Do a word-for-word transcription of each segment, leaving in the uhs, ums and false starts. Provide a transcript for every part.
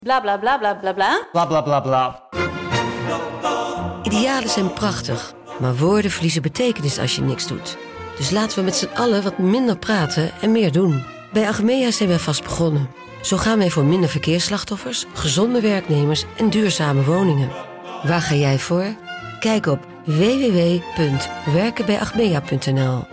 Bla bla bla bla bla bla. Bla bla bla bla. Idealen zijn prachtig, maar woorden verliezen betekenis als je niks doet. Dus laten we met z'n allen wat minder praten en meer doen. Bij Achmea zijn wij vast begonnen. Zo gaan wij voor minder verkeersslachtoffers, gezonde werknemers en duurzame woningen. Waar ga jij voor? Kijk op w w w punt werken bij achmea punt n l.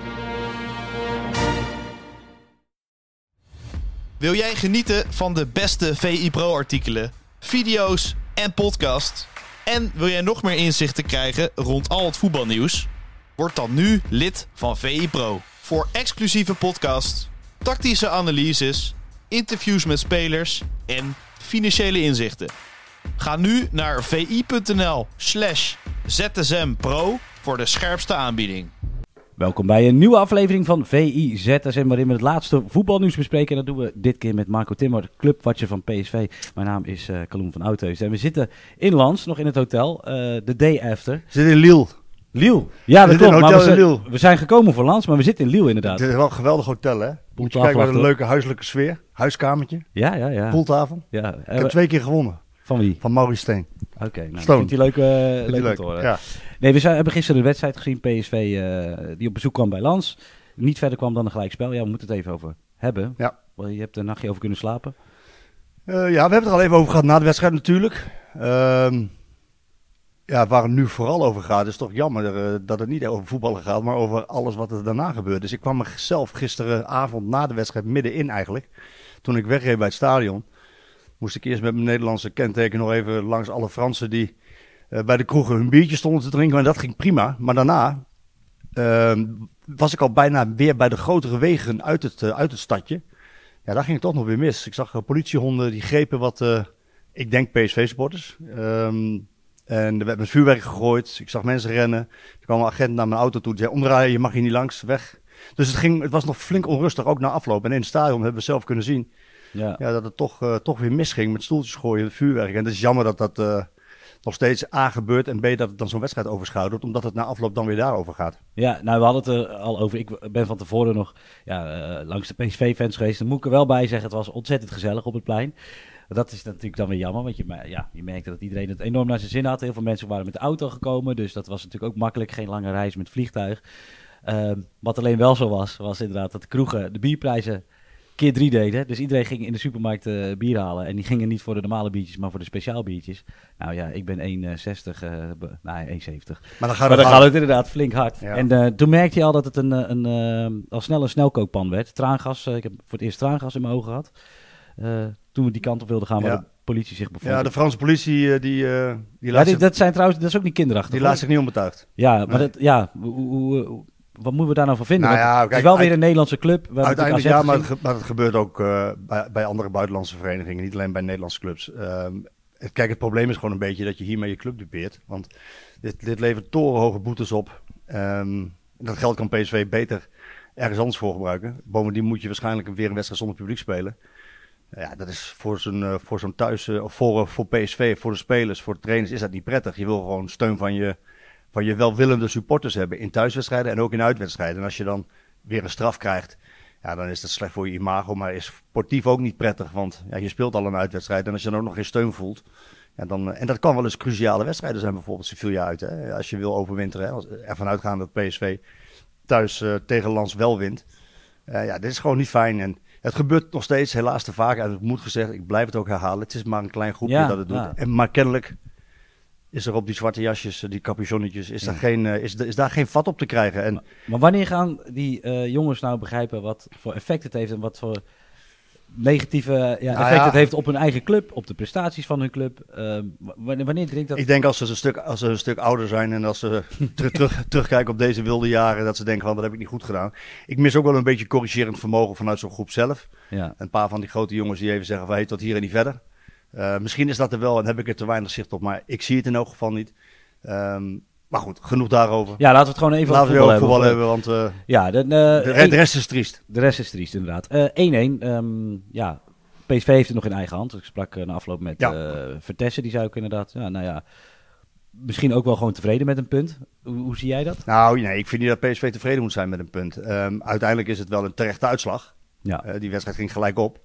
Wil jij genieten van de beste V I Pro-artikelen, video's en podcast? En wil jij nog meer inzichten krijgen rond al het voetbalnieuws? Word dan nu lid van V I Pro. Voor exclusieve podcasts, tactische analyses, interviews met spelers en financiële inzichten. Ga nu naar vi.nl slash zsmpro voor de scherpste aanbieding. Welkom bij een nieuwe aflevering van V I Z S M, waarin we het laatste voetbalnieuws bespreken. En dat doen we dit keer met Marco Timmer, clubwatcher van P S V. Mijn naam is uh, Kaloen van Oudheusden en we zitten in Lans, nog in het hotel, de uh, day after. We zitten in Lille. Lille? Ja, dat klopt. Maar we, zijn, Lille. we zijn gekomen voor Lans, maar we zitten in Lille inderdaad. Het is wel een geweldig hotel, hè? Moet je kijken naar een leuke huiselijke sfeer. Huiskamertje. Ja, ja, ja. Pooltafel. Ja, Ik heb we... twee keer gewonnen. Van wie? Van Maurice Steen. Oké, okay, nou, vindt hij leuk, uh, leuk, leuk. Horen. Ja. Nee, we zijn, hebben gisteren de wedstrijd gezien, P S V, uh, die op bezoek kwam bij Lans. Niet verder kwam dan een gelijkspel. Ja, we moeten het even over hebben. Ja. Je hebt er een nachtje over kunnen slapen. Uh, ja, we hebben het er al even over gehad na de wedstrijd natuurlijk. Uh, ja, waar het nu vooral over gaat, is toch jammer uh, dat het niet over voetballen gaat, maar over alles wat er daarna gebeurt. Dus ik kwam er zelf gisteravond na de wedstrijd middenin eigenlijk. Toen ik wegreed bij het stadion, moest ik eerst met mijn Nederlandse kenteken nog even langs alle Fransen die uh, bij de kroegen hun biertje stonden te drinken. En dat ging prima. Maar daarna uh, was ik al bijna weer bij de grotere wegen uit het, uh, uit het stadje. Ja, daar ging het toch nog weer mis. Ik zag uh, politiehonden die grepen wat, uh, ik denk P S V-supporters. Um, en er werd met vuurwerk gegooid. Ik zag mensen rennen. Er kwam een agent naar mijn auto toe. Die zei, omdraaien, je mag hier niet langs, weg. Dus het, ging, het was nog flink onrustig, ook na afloop. En in het stadion hebben we zelf kunnen zien ja. Ja, dat het toch, uh, toch weer misging met stoeltjes gooien, vuurwerk. En het is jammer dat dat uh, nog steeds A gebeurt en B dat het dan zo'n wedstrijd overschoudert. Omdat het na afloop dan weer daarover gaat. Ja, nou we hadden het er al over. Ik ben van tevoren nog ja, uh, langs de P S V-fans geweest. Dan moet ik er wel bij zeggen, het was ontzettend gezellig op het plein. Dat is natuurlijk dan weer jammer, want je, ja, je merkte dat iedereen het enorm naar zijn zin had. Heel veel mensen waren met de auto gekomen, dus dat was natuurlijk ook makkelijk. Geen lange reis met vliegtuig. Uh, wat alleen wel zo was, was inderdaad dat de kroegen de bierprijzen keer drie deden. Dus iedereen ging in de supermarkt uh, bier halen. En die gingen niet voor de normale biertjes, maar voor de speciaal biertjes. Nou ja, ik ben één zestig, uh, be- nou één zeventig. Maar dan gaat, maar dan gaat het inderdaad flink hard. Ja. En uh, toen merkte je al dat het een, een, een, uh, al snel een snelkookpan werd. Traangas, uh, ik heb voor het eerst traangas in mijn ogen gehad. Uh, toen we die kant op wilden gaan, waar ja. de politie zich bevond. Ja, de Franse politie, uh, die, uh, die laat ja, zich... Dat zijn trouwens, dat is ook niet kinderachtig. Die hoor. Laat zich niet onbetuigd. Ja, maar nee. dat, ja, hoe... hoe, hoe wat moeten we daar nou van vinden? Nou ja, kijk, het is wel weer een Nederlandse club. Uiteindelijk ja, maar het, ge- maar het gebeurt ook uh, bij, bij andere buitenlandse verenigingen. Niet alleen bij Nederlandse clubs. Um, het, kijk, het probleem is gewoon een beetje dat je hiermee je club dupeert. Want dit, dit levert torenhoge boetes op. Um, dat geld kan P S V beter ergens anders voor gebruiken. Bovendien moet je waarschijnlijk weer een wedstrijd zonder publiek spelen. Ja, dat is voor zo'n, uh, voor zo'n thuis... Uh, of voor, uh, voor P S V, voor de spelers, voor de trainers is dat niet prettig. Je wil gewoon steun van je... van je welwillende supporters hebben in thuiswedstrijden en ook in uitwedstrijden. En als je dan weer een straf krijgt, ja, dan is dat slecht voor je imago, maar is sportief ook niet prettig, want ja, je speelt al een uitwedstrijd en als je dan ook nog geen steun voelt, ja, dan, en dat kan wel eens cruciale wedstrijden zijn, bijvoorbeeld Sevilla uit, hè, als je wil overwinteren, hè, als, ervan uitgaan dat P S V thuis uh, tegen Lens wel wint. Uh, ja, dit is gewoon niet fijn en het gebeurt nog steeds helaas te vaak en ik moet gezegd, ik blijf het ook herhalen, het is maar een klein groepje ja, dat het doet, ja. en, maar kennelijk is er op die zwarte jasjes, die capuchonnetjes, is, ja. daar geen, uh, is, is daar geen vat op te krijgen. En... Maar, maar wanneer gaan die uh, jongens nou begrijpen wat voor effect het heeft en wat voor negatieve ja, effect nou ja. het heeft op hun eigen club, op de prestaties van hun club? Uh, wanneer, wanneer drinkt dat? Ik denk als ze een stuk, als ze een stuk ouder zijn en als ze terug, terug, terugkijken op deze wilde jaren, dat ze denken van, dat heb ik niet goed gedaan. Ik mis ook wel een beetje corrigerend vermogen vanuit zo'n groep zelf. Ja. Een paar van die grote jongens die even zeggen van, hey, tot hier en niet verder. Uh, misschien is dat er wel en heb ik er te weinig zicht op, maar ik zie het in elk geval niet. Um, maar goed, genoeg daarover. Ja, laten we het gewoon even laten over voetbal, voetbal hebben. hebben, want uh, ja, de, uh, de, de rest is triest. De rest is triest, inderdaad. Uh, één-één, um, ja, P S V heeft het nog in eigen hand. Ik sprak uh, na afloop met ja. uh, Vertessen, die zei ook inderdaad, ja, nou ja, misschien ook wel gewoon tevreden met een punt. Hoe, hoe zie jij dat? Nou, nee, ik vind niet dat P S V tevreden moet zijn met een punt. Um, uiteindelijk is het wel een terechte uitslag. Ja. Uh, die wedstrijd ging gelijk op.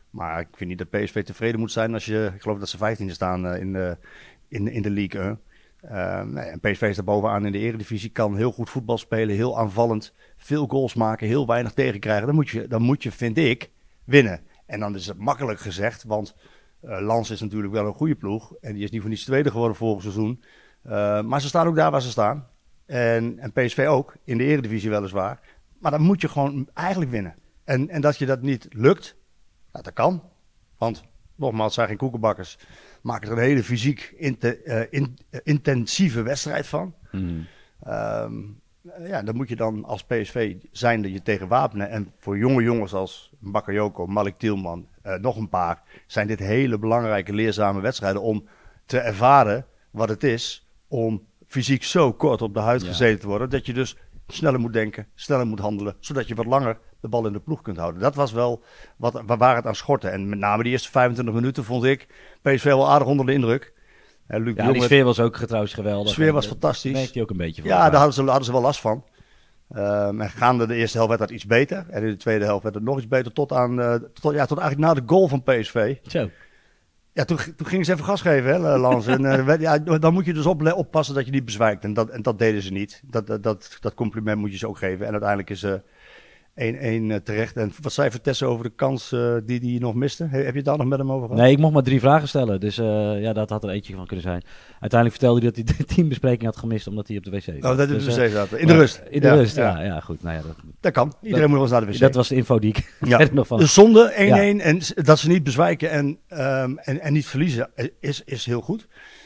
Maar ik vind niet dat P S V tevreden moet zijn als je... Ik geloof dat ze vijftiende staan uh, in, de, in, in de League één. Uh, nee, en P S V is daar bovenaan in de Eredivisie. Kan heel goed voetbal spelen, heel aanvallend. Veel goals maken, heel weinig tegenkrijgen. Dan moet je, dan moet je vind ik, winnen. En dan is het makkelijk gezegd, want uh, Lens is natuurlijk wel een goede ploeg. En die is niet voor niets tweede geworden vorig seizoen. Uh, maar ze staan ook daar waar ze staan. En, en P S V ook, in de Eredivisie weliswaar. Maar dan moet je gewoon eigenlijk winnen. En, en dat je dat niet lukt, nou, dat kan. Want, nogmaals, het zijn geen koekenbakkers. Maak er een hele fysiek inte, uh, in, uh, intensieve wedstrijd van. Mm. Um, ja, dan moet je dan als P S V zijn dat je tegen wapenen. En voor jonge jongens als Bakayoko, Malik Tielman, uh, nog een paar, zijn dit hele belangrijke, leerzame wedstrijden om te ervaren wat het is om fysiek zo kort op de huid gezeten ja. te worden, dat je dus sneller moet denken, sneller moet handelen, zodat je wat langer de bal in de ploeg kunt houden. Dat was wel wat, waar het aan schortte. En met name die eerste vijfentwintig minuten vond ik P S V wel aardig onder de indruk. En Luc ja, Jonge, die sfeer was ook trouwens geweldig. De sfeer was en, fantastisch. Daar merkte je ook een beetje van. Ja, daar hadden ze, hadden ze wel last van. Um, en gaande de eerste helft werd dat iets beter. En in de tweede helft werd het nog iets beter tot, aan, uh, tot, ja, tot eigenlijk na de goal van P S V. Zo. Ja, toen, toen gingen ze even gas geven, hè, Lans. En, uh, ja, dan moet je dus op, oppassen dat je niet bezwijkt. En dat, en dat deden ze niet. Dat, dat, dat, dat compliment moet je ze ook geven. En uiteindelijk is uh, één-één uh, terecht. En wat zei Vertessen over de kans uh, die hij nog miste? He, heb je het daar nog met hem over gehad? Nee, ik mocht maar drie vragen stellen. Dus uh, ja, dat had er eentje van kunnen zijn. Uiteindelijk vertelde hij dat hij de teambespreking had gemist omdat hij op de wc zat. Oh, dat hij dus, op de wc zat. In de rust. In de ja, rust, ja. ja. ja goed. Nou ja, dat, dat kan. Iedereen dat, moet wel eens naar de wc. Dat was de info die ik ja. nog van. Dus zonde één-één ja. en dat ze niet bezwijken en, um, en, en niet verliezen is, is heel goed.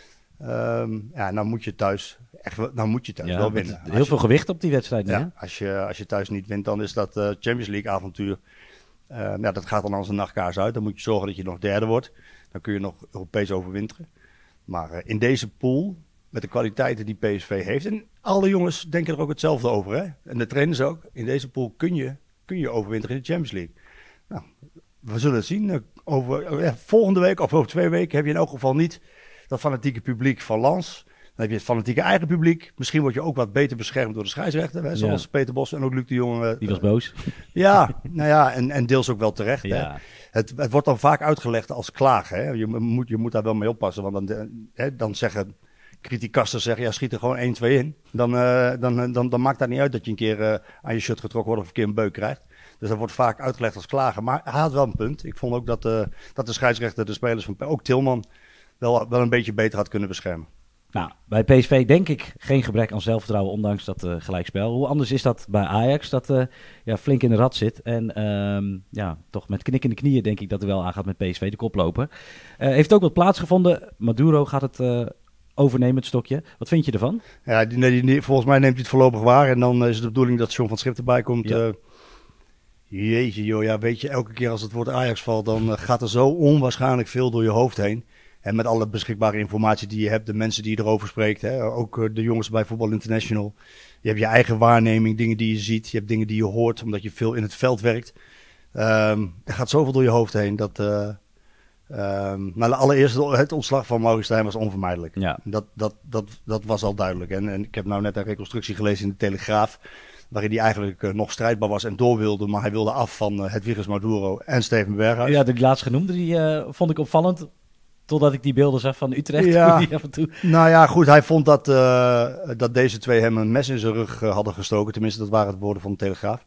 Um, ja, nou moet je thuis... Echt, nou moet je thuis ja, wel winnen. Heel je, veel gewicht op die wedstrijd. Ja, hè? als, je, als je thuis niet wint, dan is dat uh, Champions League avontuur. Uh, ja, dat gaat dan als een nachtkaars uit. Dan moet je zorgen dat je nog derde wordt. Dan kun je nog Europees overwinteren. Maar uh, in deze pool, met de kwaliteiten die P S V heeft... en alle jongens denken er ook hetzelfde over. Hè? En de trainers ook. In deze pool kun je, kun je overwinteren in de Champions League. Nou, we zullen het zien. Uh, over, uh, volgende week of over twee weken heb je in elk geval niet... dat fanatieke publiek van Lens... Dan heb je het fanatieke eigen publiek. Misschien word je ook wat beter beschermd door de scheidsrechter. Hè? Zoals ja. Peter Bos en ook Luc de Jong. Uh, Die was boos. Ja, nou ja, en, en deels ook wel terecht. Ja. Hè? Het, het wordt dan vaak uitgelegd als klagen. Hè? Je, moet, je moet daar wel mee oppassen. Want dan, hè, dan zeggen criticasten zeggen, ja, schiet er gewoon één twee in. Dan, uh, dan, dan, dan maakt dat niet uit dat je een keer uh, aan je shirt getrokken wordt of een keer een beuk krijgt. Dus dat wordt vaak uitgelegd als klagen. Maar hij had wel een punt. Ik vond ook dat, uh, dat de scheidsrechter de spelers van ook Tilman wel, wel een beetje beter had kunnen beschermen. Nou, bij P S V denk ik geen gebrek aan zelfvertrouwen, ondanks dat uh, gelijkspel. Hoe anders is dat bij Ajax, dat uh, ja, flink in de rat zit. En um, ja, toch met knikkende knieën denk ik dat er wel aangaat met P S V, de koploper. Uh, heeft ook wat plaatsgevonden. Maduro gaat het uh, overnemen, het stokje. Wat vind je ervan? Ja, die, die, die, volgens mij neemt hij het voorlopig waar. En dan uh, is het de bedoeling dat John van Schip erbij komt. Ja. Uh, jeetje joh, ja, weet je, elke keer als het woord Ajax valt, dan uh, gaat er zo onwaarschijnlijk veel door je hoofd heen. En met alle beschikbare informatie die je hebt, de mensen die je erover spreekt. Hè, ook uh, de jongens bij Voetbal International. Je hebt je eigen waarneming, dingen die je ziet. Je hebt dingen die je hoort, omdat je veel in het veld werkt. Um, er gaat zoveel door je hoofd heen. Dat, uh, um, nou, allereerst het ontslag van Maurice Stijn was onvermijdelijk. Ja. Dat, dat, dat, dat was al duidelijk. En, en ik heb nou net een reconstructie gelezen in de Telegraaf. Waarin hij eigenlijk uh, nog strijdbaar was en door wilde. Maar hij wilde af van uh, Hedwiges Maduro en Steven Berghuis. Ja, die laatst genoemde, die uh, vond ik opvallend. Totdat ik die beelden zag van Utrecht. Ja, die af en toe... Nou ja, goed. Hij vond dat, uh, dat deze twee hem een mes in zijn rug uh, hadden gestoken. Tenminste, dat waren het woorden van de Telegraaf.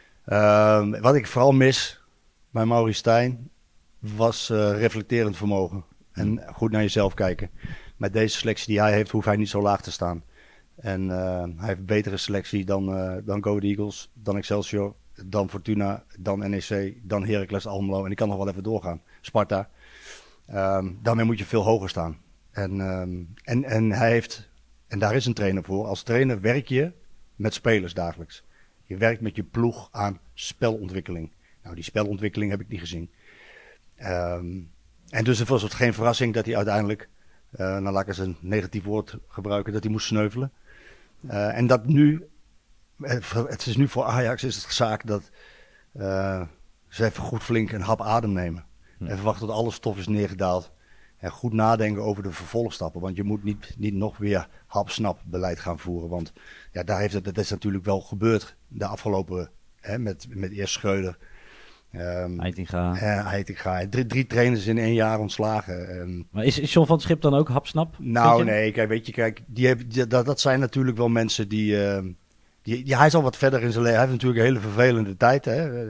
Uh, wat ik vooral mis bij Maurice Stijn was uh, reflecterend vermogen. En goed naar jezelf kijken. Met deze selectie die hij heeft, hoeft hij niet zo laag te staan. En uh, hij heeft een betere selectie dan, uh, dan Go Eagles, dan Excelsior, dan Fortuna, dan N E C, dan Heracles Almelo. En ik kan nog wel even doorgaan. Sparta. Um, daarmee moet je veel hoger staan. En, um, en, en hij heeft, en daar is een trainer voor. Als trainer werk je met spelers dagelijks. Je werkt met je ploeg aan spelontwikkeling. Nou, die spelontwikkeling heb ik niet gezien. Um, en dus het was het geen verrassing dat hij uiteindelijk, uh, nou laat ik eens een negatief woord gebruiken, dat hij moest sneuvelen. Uh, en dat nu, het is nu voor Ajax is het zaak dat uh, ze even goed flink een hap adem nemen. En wachten tot alle stof is neergedaald. En goed nadenken over de vervolgstappen. Want je moet niet, niet nog weer hap-snap beleid gaan voeren. Want ja, daar heeft het, dat is natuurlijk wel gebeurd de afgelopen... Hè, met, met eerst Schreuder. Um, Heitinga. Uh, Heitinga. Drie, drie trainers in één jaar ontslagen. Um, maar is, is John van 't Schip dan ook hapsnap? Nou nee, kijk, weet je, kijk, die heeft, die, dat, dat zijn natuurlijk wel mensen die, uh, die, die... Hij is al wat verder in zijn leven. Hij heeft natuurlijk een hele vervelende tijd, hè.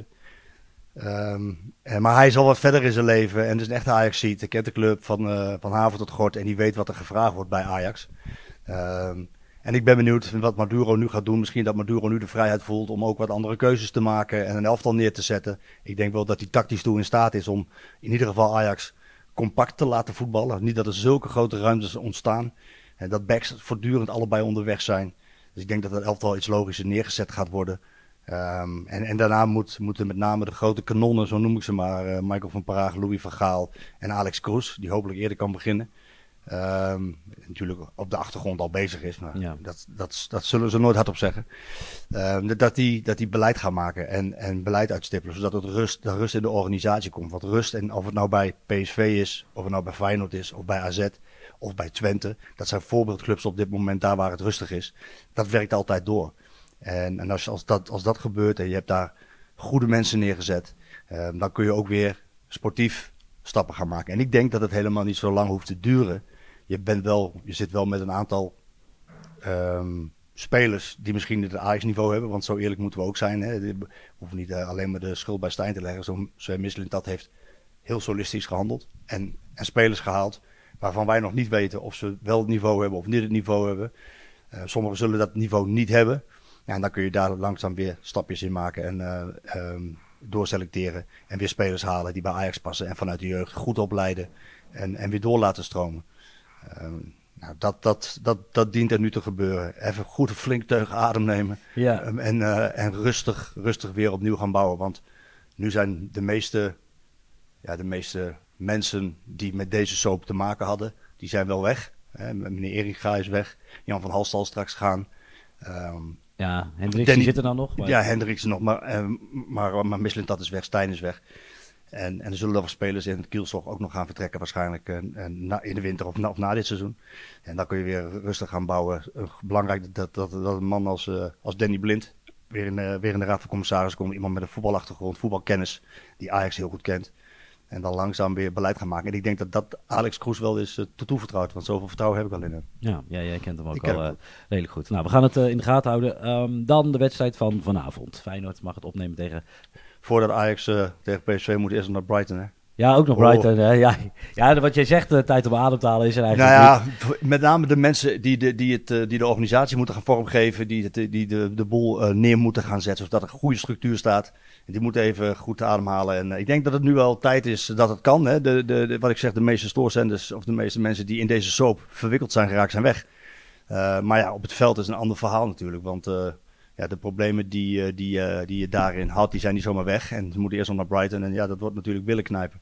Um, maar hij is al wat verder in zijn leven en is een echte Ajax-ziet. Hij kent de club van, uh, van haven tot gort en die weet wat er gevraagd wordt bij Ajax. Um, en ik ben benieuwd wat Maduro nu gaat doen. Misschien dat Maduro nu de vrijheid voelt om ook wat andere keuzes te maken en een elftal neer te zetten. Ik denk wel dat hij tactisch toe in staat is om in ieder geval Ajax compact te laten voetballen. Niet dat er zulke grote ruimtes ontstaan. En dat backs voortdurend allebei onderweg zijn. Dus ik denk dat het elftal iets logischer neergezet gaat worden. Um, en, en daarna moet, moeten met name de grote kanonnen, zo noem ik ze maar, uh, Michael van Praag, Louis van Gaal en Alex Kroes, die hopelijk eerder kan beginnen. Um, natuurlijk op de achtergrond al bezig is, maar ja. dat, dat, dat zullen ze nooit hardop zeggen. Um, dat, die, dat die beleid gaan maken en, en beleid uitstippelen, zodat het rust, de rust in de organisatie komt. Want rust, en of het nou bij P S V is, of het nou bij Feyenoord is, of bij A Z, of bij Twente, dat zijn voorbeeldclubs op dit moment daar waar het rustig is. Dat werkt altijd door. En, en als, als, dat, als dat gebeurt en je hebt daar goede mensen neergezet, uh, dan kun je ook weer sportief stappen gaan maken. En ik denk dat het helemaal niet zo lang hoeft te duren. Je, bent wel, je zit wel met een aantal um, spelers die misschien het Ajax-niveau hebben, want zo eerlijk moeten we ook zijn. Hè. We hoeven niet uh, alleen maar de schuld bij Stijn te leggen. Zo'n Sven Mislintat heeft heel solistisch gehandeld en, en spelers gehaald waarvan wij nog niet weten of ze wel het niveau hebben of niet het niveau hebben. Uh, sommigen zullen dat niveau niet hebben. Ja, en dan kun je daar langzaam weer stapjes in maken en uh, um, doorselecteren. En weer spelers halen die bij Ajax passen. En vanuit de jeugd goed opleiden en, en weer door laten stromen. Um, nou, dat, dat, dat, dat dient er nu te gebeuren. Even goed een flink teug adem nemen. Ja. Um, en uh, en rustig, rustig weer opnieuw gaan bouwen. Want nu zijn de meeste, ja, de meeste mensen die met deze soap te maken hadden, die zijn wel weg. Hè. Meneer Eringa is weg. Jan van Halst zal straks gaan. Um, Ja, Hendricks zit er dan nog. Maar... Ja, Hendricks nog, maar, uh, maar, maar Mislintat is weg, Stijn is weg. En, en er zullen nog spelers in het Kielzog ook nog gaan vertrekken waarschijnlijk uh, na, in de winter of na, of na dit seizoen. En dan kun je weer rustig gaan bouwen. Uh, belangrijk dat, dat, dat een man als, uh, als Danny Blind weer in, uh, weer in de Raad van Commissarissen komt. Iemand met een voetbalachtergrond, voetbalkennis, die Ajax heel goed kent. En dan langzaam weer beleid gaan maken. En ik denk dat dat Alex Kroes wel is uh, toevertrouwd. Want zoveel vertrouwen heb ik al in hem. Ja, ja jij kent hem ook ik al uh, redelijk goed. Nou, we gaan het uh, in de gaten houden. Um, dan de wedstrijd van vanavond. Feyenoord mag het opnemen tegen... Voordat Ajax uh, tegen P S V moet eerst naar Brighton, hè? Ja, ook nog oh. Brighton. Hè? Ja, ja, wat jij zegt, uh, tijd om adem te halen is er eigenlijk nou ja, niet. Met name de mensen die de, die het, die de organisatie moeten gaan vormgeven, die, het, die de, de boel uh, neer moeten gaan zetten, zodat er een goede structuur staat. En die moeten even goed ademhalen. En uh, ik denk dat het nu wel tijd is dat het kan. Hè. De, de, de, wat ik zeg, de meeste stoorzenders of de meeste mensen die in deze soap verwikkeld zijn geraakt, zijn weg. Uh, maar ja, op het veld is een ander verhaal natuurlijk. Want uh, ja, de problemen die, uh, die, uh, die je daarin had, die zijn niet zomaar weg. En ze moeten eerst nog naar Brighton. En ja, dat wordt natuurlijk billen knijpen.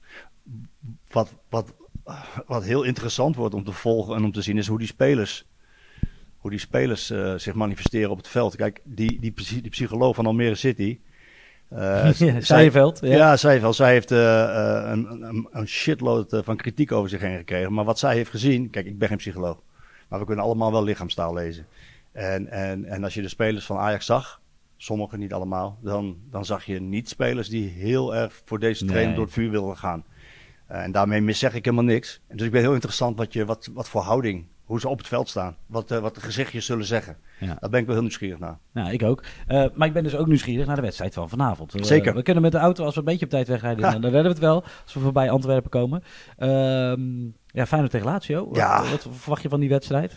Wat, wat, wat heel interessant wordt om te volgen en om te zien is hoe die spelers, hoe die spelers uh, zich manifesteren op het veld. Kijk, die, die, die psycholoog van Almere City... Uh, ja, Zijveld. Ja, ja Zijveld. Zij heeft uh, uh, een, een, een shitload uh, van kritiek over zich heen gekregen. Maar wat zij heeft gezien... Kijk, ik ben geen psycholoog. Maar we kunnen allemaal wel lichaamstaal lezen. En, en, en als je de spelers van Ajax zag... Sommigen, niet allemaal. Dan, dan zag je niet spelers die heel erg voor deze trainer nee. door het vuur wilden gaan. Uh, en daarmee miszeg ik helemaal niks. En dus ik ben heel interessant wat, je, wat, wat voor houding... Hoe ze op het veld staan. Wat, uh, wat de gezichtjes zullen zeggen. Ja. Daar ben ik wel heel nieuwsgierig naar. Nou, ik ook. Uh, maar ik ben dus ook nieuwsgierig naar de wedstrijd van vanavond. Uh, Zeker. We kunnen met de auto, als we een beetje op tijd wegrijden, dan, dan redden we het wel. Als we voorbij Antwerpen komen. Uh, ja, Feyenoord tegen Lazio. Ja. Wat, wat verwacht je van die wedstrijd?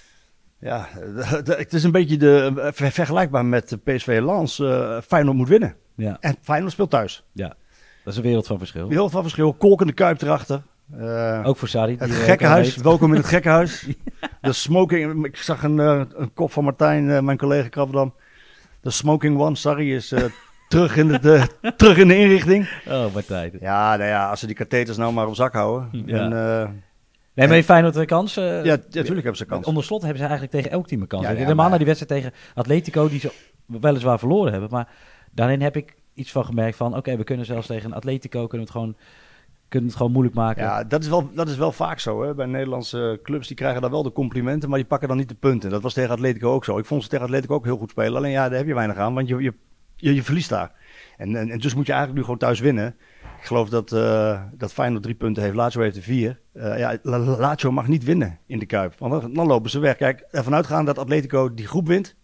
Ja, de, de, het is een beetje de, ver, vergelijkbaar met P S V en Lens. Uh, Feyenoord moet winnen. Ja. En Feyenoord speelt thuis. Ja, dat is een wereld van verschil. Een wereld van verschil. Kolkende Kuip erachter. Uh, ook voor Sarri. Het gekkenhuis. Welkom in het gekkenhuis. De smoking. Ik zag een, uh, een kop van Martijn, uh, mijn collega Krabberdam. De smoking one. Sarri is uh, terug, in de, de, terug in de inrichting. Oh, Martijn. Ja, nou ja, als ze die katheters nou maar op zak houden. Ja. En, uh, nee, maar heeft Feyenoord een kans? Uh, ja, natuurlijk ja, hebben ze kans. Onder slot hebben ze eigenlijk tegen elk team een kans. Ja, ja, Helemaal maar... naar die wedstrijd tegen Atletico, die ze weliswaar verloren hebben. Maar daarin heb ik iets van gemerkt van, oké, okay, we kunnen zelfs tegen een Atletico, kunnen we het gewoon... kunnen het gewoon moeilijk maken. Ja, dat is wel, dat is wel vaak zo. Hè? Bij Nederlandse clubs, die krijgen dan wel de complimenten, maar die pakken dan niet de punten. Dat was tegen Atletico ook zo. Ik vond ze tegen Atletico ook heel goed spelen. Alleen ja, daar heb je weinig aan, want je, je, je, je verliest daar. En, en, en dus moet je eigenlijk nu gewoon thuis winnen. Ik geloof dat, uh, dat Feyenoord drie punten heeft, Lazio heeft er vier. Uh, ja, Lazio mag niet winnen in de Kuip, want dan, dan lopen ze weg. Kijk, ervan uitgaan dat Atletico die groep wint,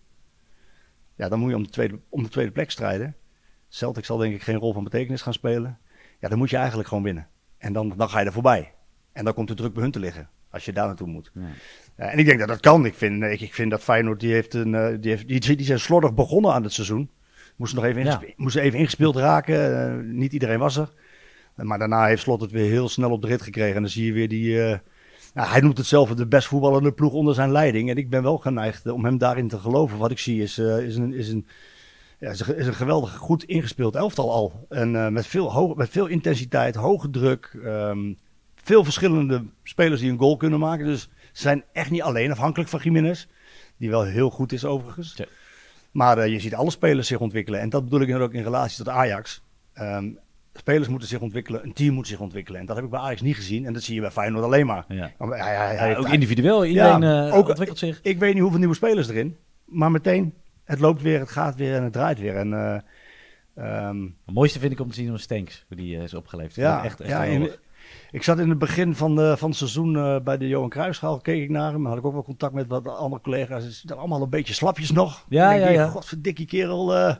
ja, dan moet je om de tweede, om de tweede plek strijden. Celtic zal denk ik geen rol van betekenis gaan spelen. Ja, dan moet je eigenlijk gewoon winnen. En dan, dan ga je er voorbij. En dan komt de druk bij hun te liggen, als je daar naartoe moet. Ja. Uh, en ik denk dat dat kan. Ik vind, ik, ik vind dat Feyenoord, die, heeft een, uh, die, heeft, die, die zijn slordig begonnen aan het seizoen. Moesten nog even, ingespe- ja. moesten even ingespeeld raken. Uh, niet iedereen was er. Uh, maar daarna heeft Slot het weer heel snel op de rit gekregen. En dan zie je weer die... Uh, nou, hij noemt het zelf de best voetballende ploeg onder zijn leiding. En ik ben wel geneigd om hem daarin te geloven. Wat ik zie is, uh, is, een, is, een, ja, is, een, is een geweldig goed ingespeeld elftal al. En uh, met, veel hoog, met veel intensiteit, hoge druk. Um, veel verschillende spelers die een goal kunnen maken. Dus ze zijn echt niet alleen afhankelijk van Gimenez. Die wel heel goed is overigens. Ja. Maar uh, je ziet alle spelers zich ontwikkelen. En dat bedoel ik ook in relatie tot Ajax. Um, spelers moeten zich ontwikkelen, een team moet zich ontwikkelen. En dat heb ik bij Ajax niet gezien. En dat zie je bij Feyenoord alleen maar. Ja. Hij, hij, hij, hij, ja, ook individueel, iedereen ja, uh, ook, ontwikkelt zich. Ik weet niet hoeveel nieuwe spelers erin. Maar meteen, het loopt weer, het gaat weer en het draait weer. En, uh, um, het mooiste vind ik om te zien van Stenks, hoe die uh, is opgeleefd. Ja, echt, echt ja in, ik zat in het begin van, de, van het seizoen uh, bij de Johan Cruijffschaal, keek ik naar hem. Had ik ook wel contact met wat andere collega's. Ze zitten allemaal een beetje slapjes nog. Ja, ja, ja. Godverdikkie kerel. Uh,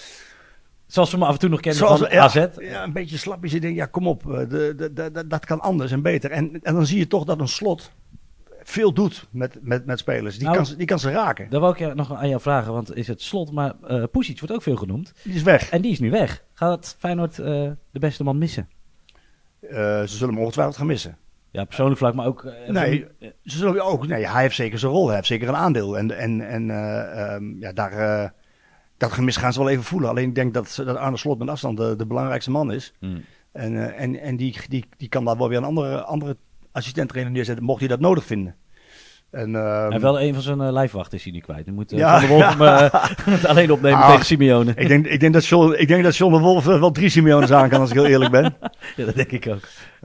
Zoals we me af en toe nog kennen Zoals, van ja, A Z. Ja, een beetje slapjes. Ik denk, ja, kom op. De, de, de, de, dat kan anders en beter. En, en dan zie je toch dat een Slot veel doet met, met, met spelers. Die, nou, kan, die kan ze raken. Daar wou ik nog aan jou vragen, want is het Slot, maar uh, Pusic wordt ook veel genoemd. Die is weg. En die is nu weg. Gaat Feyenoord uh, de beste man missen? Uh, ze zullen hem ongetwijfeld gaan missen. Ja, persoonlijk vlak, maar ook... Uh, nee, van... ze zullen ook... Nee, hij heeft zeker zijn rol. Hij heeft zeker een aandeel. En, en, en uh, um, ja, daar... Uh, dat gemis gaan ze wel even voelen. Alleen ik denk dat, dat Arne Slot met afstand de, de belangrijkste man is. Mm. En, uh, en, en die, die, die kan daar wel weer een andere, andere assistent-trainer neerzetten, mocht hij dat nodig vinden. En, uh, en wel een van zijn uh, lijfwacht is hij nu kwijt. Dan moet uh, ja, John de Wolf ja. hem uh, alleen opnemen ah, tegen Simeone. Ik denk, ik, denk dat John, ik denk dat John de Wolf wel drie Simeones aan kan, als ik heel eerlijk ben. Ja, dat denk ik ook.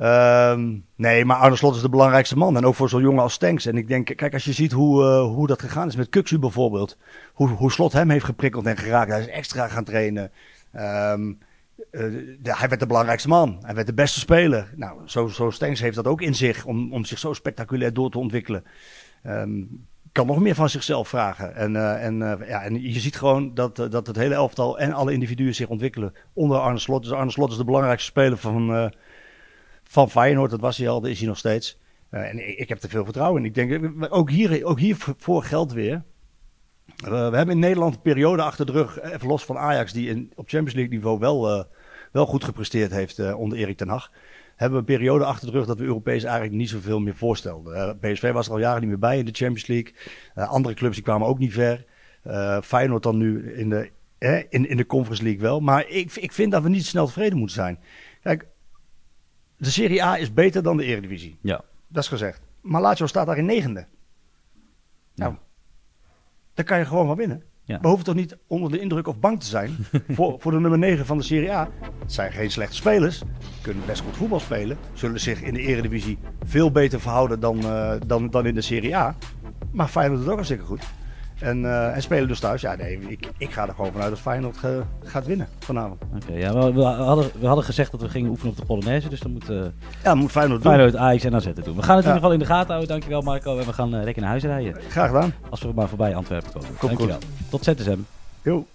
Um, nee, maar Arne Slot is de belangrijkste man. En ook voor zo'n jongen als Stenks. En ik denk, kijk, als je ziet hoe, uh, hoe dat gegaan is met Kukçu bijvoorbeeld. Hoe, hoe Slot hem heeft geprikkeld en geraakt. Hij is extra gaan trainen. Um, uh, de, hij werd de belangrijkste man. Hij werd de beste speler. Nou, zo, zo Stenks heeft dat ook in zich. Om, om zich zo spectaculair door te ontwikkelen. Um, kan nog meer van zichzelf vragen. En, uh, en, uh, ja, en je ziet gewoon dat, uh, dat het hele elftal en alle individuen zich ontwikkelen onder Arne Slot. Dus Arne Slot is de belangrijkste speler van, uh, van Feyenoord. Dat was hij al, dat is hij nog steeds. Uh, en ik, ik heb er veel vertrouwen in. Ik denk, ook hier, ook hiervoor geldt weer. Uh, we hebben in Nederland een periode achter de rug, even los van Ajax, die in, op Champions League niveau wel, uh, wel goed gepresteerd heeft uh, onder Erik ten Hag. Hebben we een periode achter de rug dat we Europees eigenlijk niet zoveel meer voorstelden. Uh, P S V was er al jaren niet meer bij in de Champions League. Uh, andere clubs die kwamen ook niet ver. Uh, Feyenoord dan nu in de, eh, in, in de Conference League wel. Maar ik, ik vind dat we niet snel tevreden moeten zijn. Kijk, de Serie A is beter dan de Eredivisie. Ja. Dat is gezegd. Maar Lazio staat daar in negende. Nou, ja. Daar kan je gewoon van winnen. Ja. We hoeven toch niet onder de indruk of bang te zijn voor, voor de nummer negen van de Serie A. Het zijn geen slechte spelers, kunnen best goed voetbal spelen. Zullen zich in de Eredivisie veel beter verhouden dan, uh, dan, dan in de Serie A. Maar Feyenoord doet ook hartstikke goed. En, uh, en spelen dus thuis. Ja, nee, ik, ik ga er gewoon vanuit dat Feyenoord ge, gaat winnen vanavond. Oké, okay, ja, we, we, hadden, we hadden gezegd dat we gingen oefenen op de Polonaise. Dus dan moet, uh, ja, moet Feyenoord, Feyenoord Ajax en A Z doen. We gaan het in ja. ieder geval in de gaten houden. Dankjewel Marco. En we gaan uh, lekker naar huis rijden. Graag gedaan. Als we maar voorbij Antwerpen komen. Kom Dankjewel. goed. Tot Z S M. Jo.